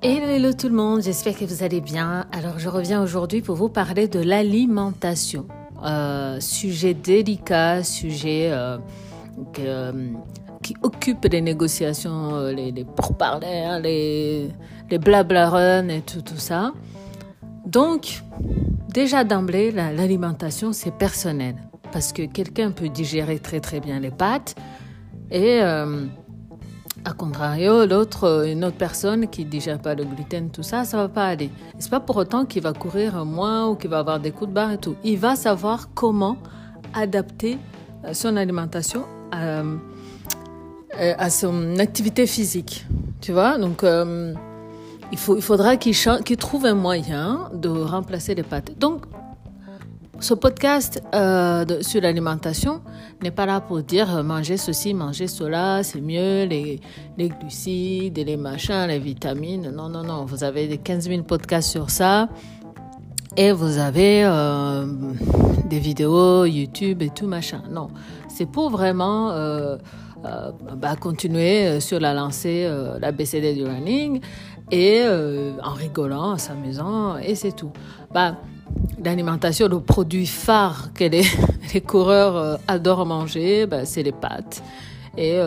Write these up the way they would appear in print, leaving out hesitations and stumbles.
Hello tout le monde, j'espère que vous allez bien. Alors je reviens aujourd'hui pour vous parler de l'alimentation. Sujet délicat, sujet qui occupe les négociations, les pourparlers, hein, les blabla run et tout ça. Donc, déjà d'emblée, l'alimentation c'est personnel. Parce que quelqu'un peut digérer très très bien les pâtes et... à contrario, une autre personne qui ne digère pas le gluten, tout ça, ça ne va pas aller. Et ce n'est pas pour autant qu'il va courir moins ou qu'il va avoir des coups de barre et tout. Il va savoir comment adapter son alimentation à son activité physique. Tu vois? Donc, il faudra qu'il trouve un moyen de remplacer les pâtes. Donc, ce podcast sur l'alimentation n'est pas là pour dire manger ceci, manger cela, c'est mieux, les glucides, les machins, les vitamines. Non. Vous avez des 15 000 podcasts sur ça et vous avez des vidéos YouTube et tout machin. Non, c'est pour vraiment continuer sur la lancée, l'ABCD du running et en rigolant, en s'amusant et c'est tout. L'alimentation, le produit phare que les coureurs adorent manger, c'est les pâtes. Et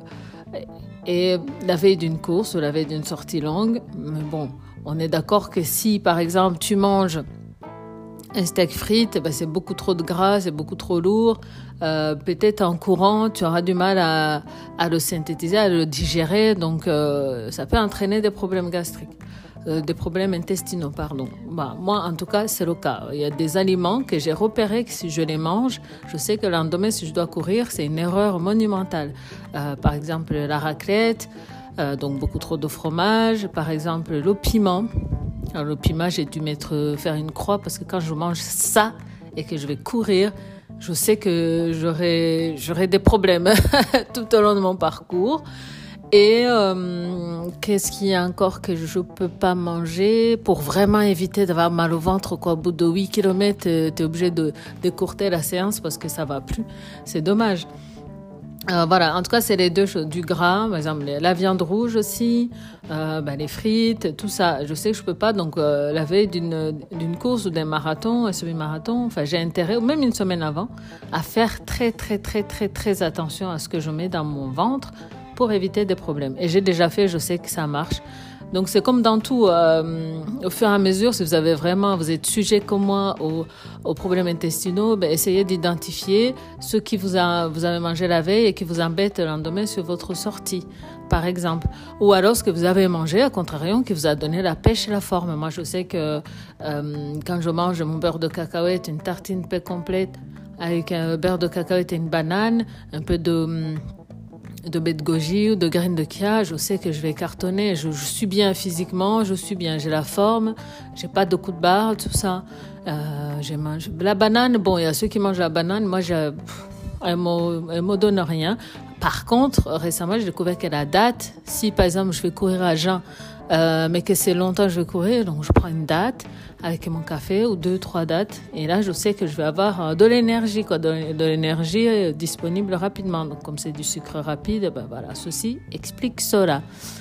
la veille d'une course ou la veille d'une sortie longue, mais bon, on est d'accord que si, par exemple, tu manges un steak frites, c'est beaucoup trop de gras, c'est beaucoup trop lourd. Peut-être en courant, tu auras du mal à le synthétiser, à le digérer. Donc, ça peut entraîner des problèmes gastriques. Des problèmes intestinaux, pardon. Moi, en tout cas, c'est le cas. Il y a des aliments que j'ai repérés que si je les mange, je sais que le lendemain, si je dois courir, c'est une erreur monumentale. Par exemple, la raclette, donc beaucoup trop de fromage. Par exemple, le piment. Alors, le piment, j'ai dû faire une croix parce que quand je mange ça et que je vais courir, je sais que j'aurai des problèmes tout au long de mon parcours. Et qu'est-ce qu'il y a encore que je peux pas manger pour vraiment éviter d'avoir mal au ventre, quoi. Au bout de 8 km, tu es obligé de décourter la séance parce que ça va plus. C'est dommage. Voilà, en tout cas, c'est les deux choses. Du gras, par exemple, la viande rouge aussi, les frites, tout ça. Je sais que je peux pas, donc la veille d'une course ou d'un marathon, un semi-marathon, j'ai intérêt, ou même une semaine avant, à faire très, très, très, très, très attention à ce que je mets dans mon ventre pour éviter des problèmes. Et j'ai déjà fait, je sais que ça marche. Donc c'est comme dans tout, au fur et à mesure, si vous êtes sujet comme moi aux problèmes intestinaux, essayez d'identifier ce qui vous avez mangé la veille et qui vous embête le lendemain sur votre sortie, par exemple. Ou alors ce que vous avez mangé, à contrario, qui vous a donné la pêche et la forme. Moi, je sais que quand je mange mon beurre de cacahuète, une tartine pain complète avec un beurre de cacahuète et une banane, un peu de baie de goji ou de graines de chia, je sais que je vais cartonner. Je suis bien physiquement, je suis bien, j'ai la forme, j'ai pas de coups de barre, tout ça. La banane, bon, il y a ceux qui mangent la banane, moi, elle me donne rien. Par contre, récemment, j'ai découvert que la date, si par exemple je vais courir à jeun, mais que c'est longtemps que je vais courir, donc je prends une date avec mon café ou 2-3 dates et là je sais que je vais avoir de l'énergie, de l'énergie disponible rapidement. Donc comme c'est du sucre rapide, voilà, ceci explique cela.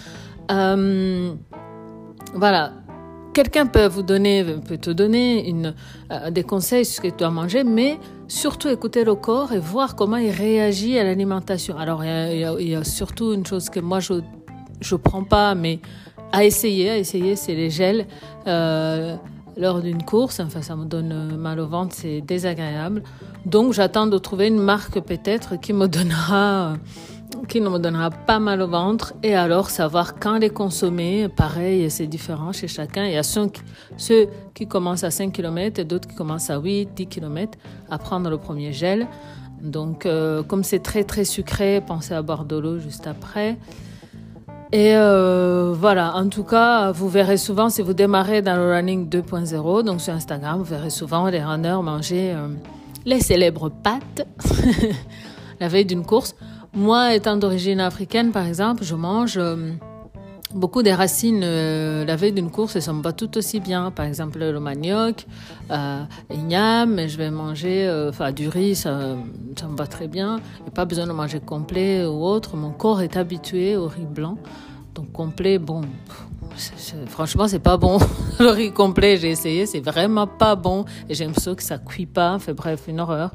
Voilà, quelqu'un peut te donner des conseils sur ce que tu dois manger, mais surtout écouter le corps et voir comment il réagit à l'alimentation. Alors il y a surtout une chose que moi je prends pas, mais à essayer, c'est les gels lors d'une course. Enfin, ça me donne mal au ventre, c'est désagréable. Donc, j'attends de trouver une marque peut-être qui ne me donnera pas mal au ventre. Et alors, savoir quand les consommer. Pareil, c'est différent chez chacun. Il y a ceux qui commencent à 5 km et d'autres qui commencent à 8, 10 km à prendre le premier gel. Donc, comme c'est très, très sucré, pensez à boire de l'eau juste après. Et voilà, en tout cas, vous verrez souvent, si vous démarrez dans le running 2.0, donc sur Instagram, vous verrez souvent les runners manger les célèbres pâtes la veille d'une course. Moi, étant d'origine africaine, par exemple, je mange beaucoup des racines la veille d'une course et ça me va tout aussi bien. Par exemple, le manioc, l'igname, je vais manger du riz, ça me va très bien. Il n'y a pas besoin de manger complet ou autre. Mon corps est habitué au riz blanc. Donc complet, bon, franchement, c'est pas bon. Le riz complet, j'ai essayé, c'est vraiment pas bon. Et j'ai l'impression que ça cuit pas. Enfin bref, une horreur.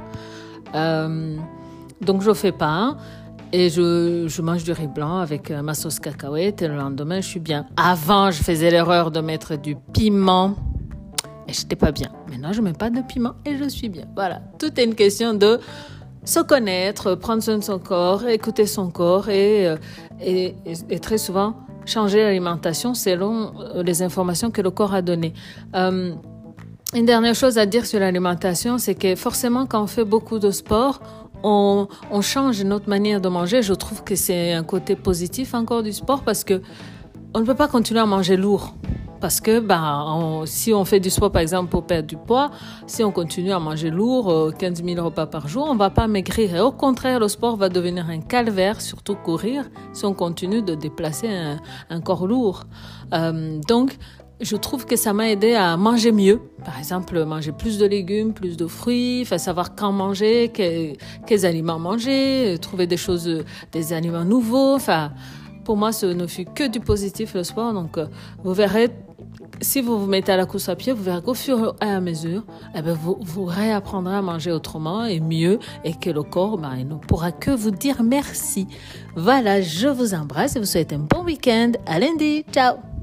Donc je fais pas. Et je mange du riz blanc avec ma sauce cacahuète. Et le lendemain, je suis bien. Avant, je faisais l'erreur de mettre du piment. Et j'étais pas bien. Maintenant, je mets pas de piment et je suis bien. Voilà. Tout est une question de se connaître, prendre soin de son corps, écouter son corps et très souvent changer l'alimentation selon les informations que le corps a données. Une dernière chose à dire sur l'alimentation, c'est que forcément quand on fait beaucoup de sport, on change notre manière de manger. Je trouve que c'est un côté positif encore du sport parce que on ne peut pas continuer à manger lourd. Parce que si on fait du sport, par exemple, pour perdre du poids, si on continue à manger lourd, 15 000 repas par jour, on ne va pas maigrir. Et au contraire, le sport va devenir un calvaire, surtout courir, si on continue de déplacer un corps lourd. Donc, je trouve que ça m'a aidé à manger mieux. Par exemple, manger plus de légumes, plus de fruits, savoir quand manger, quels aliments manger, trouver des aliments nouveaux. Pour moi, ce ne fut que du positif, le sport. Donc, vous verrez, si vous vous mettez à la course à pied, vous verrez qu'au fur et à mesure, vous réapprendrez à manger autrement et mieux et que le corps, il ne pourra que vous dire merci. Voilà, je vous embrasse et vous souhaite un bon week-end. À lundi. Ciao!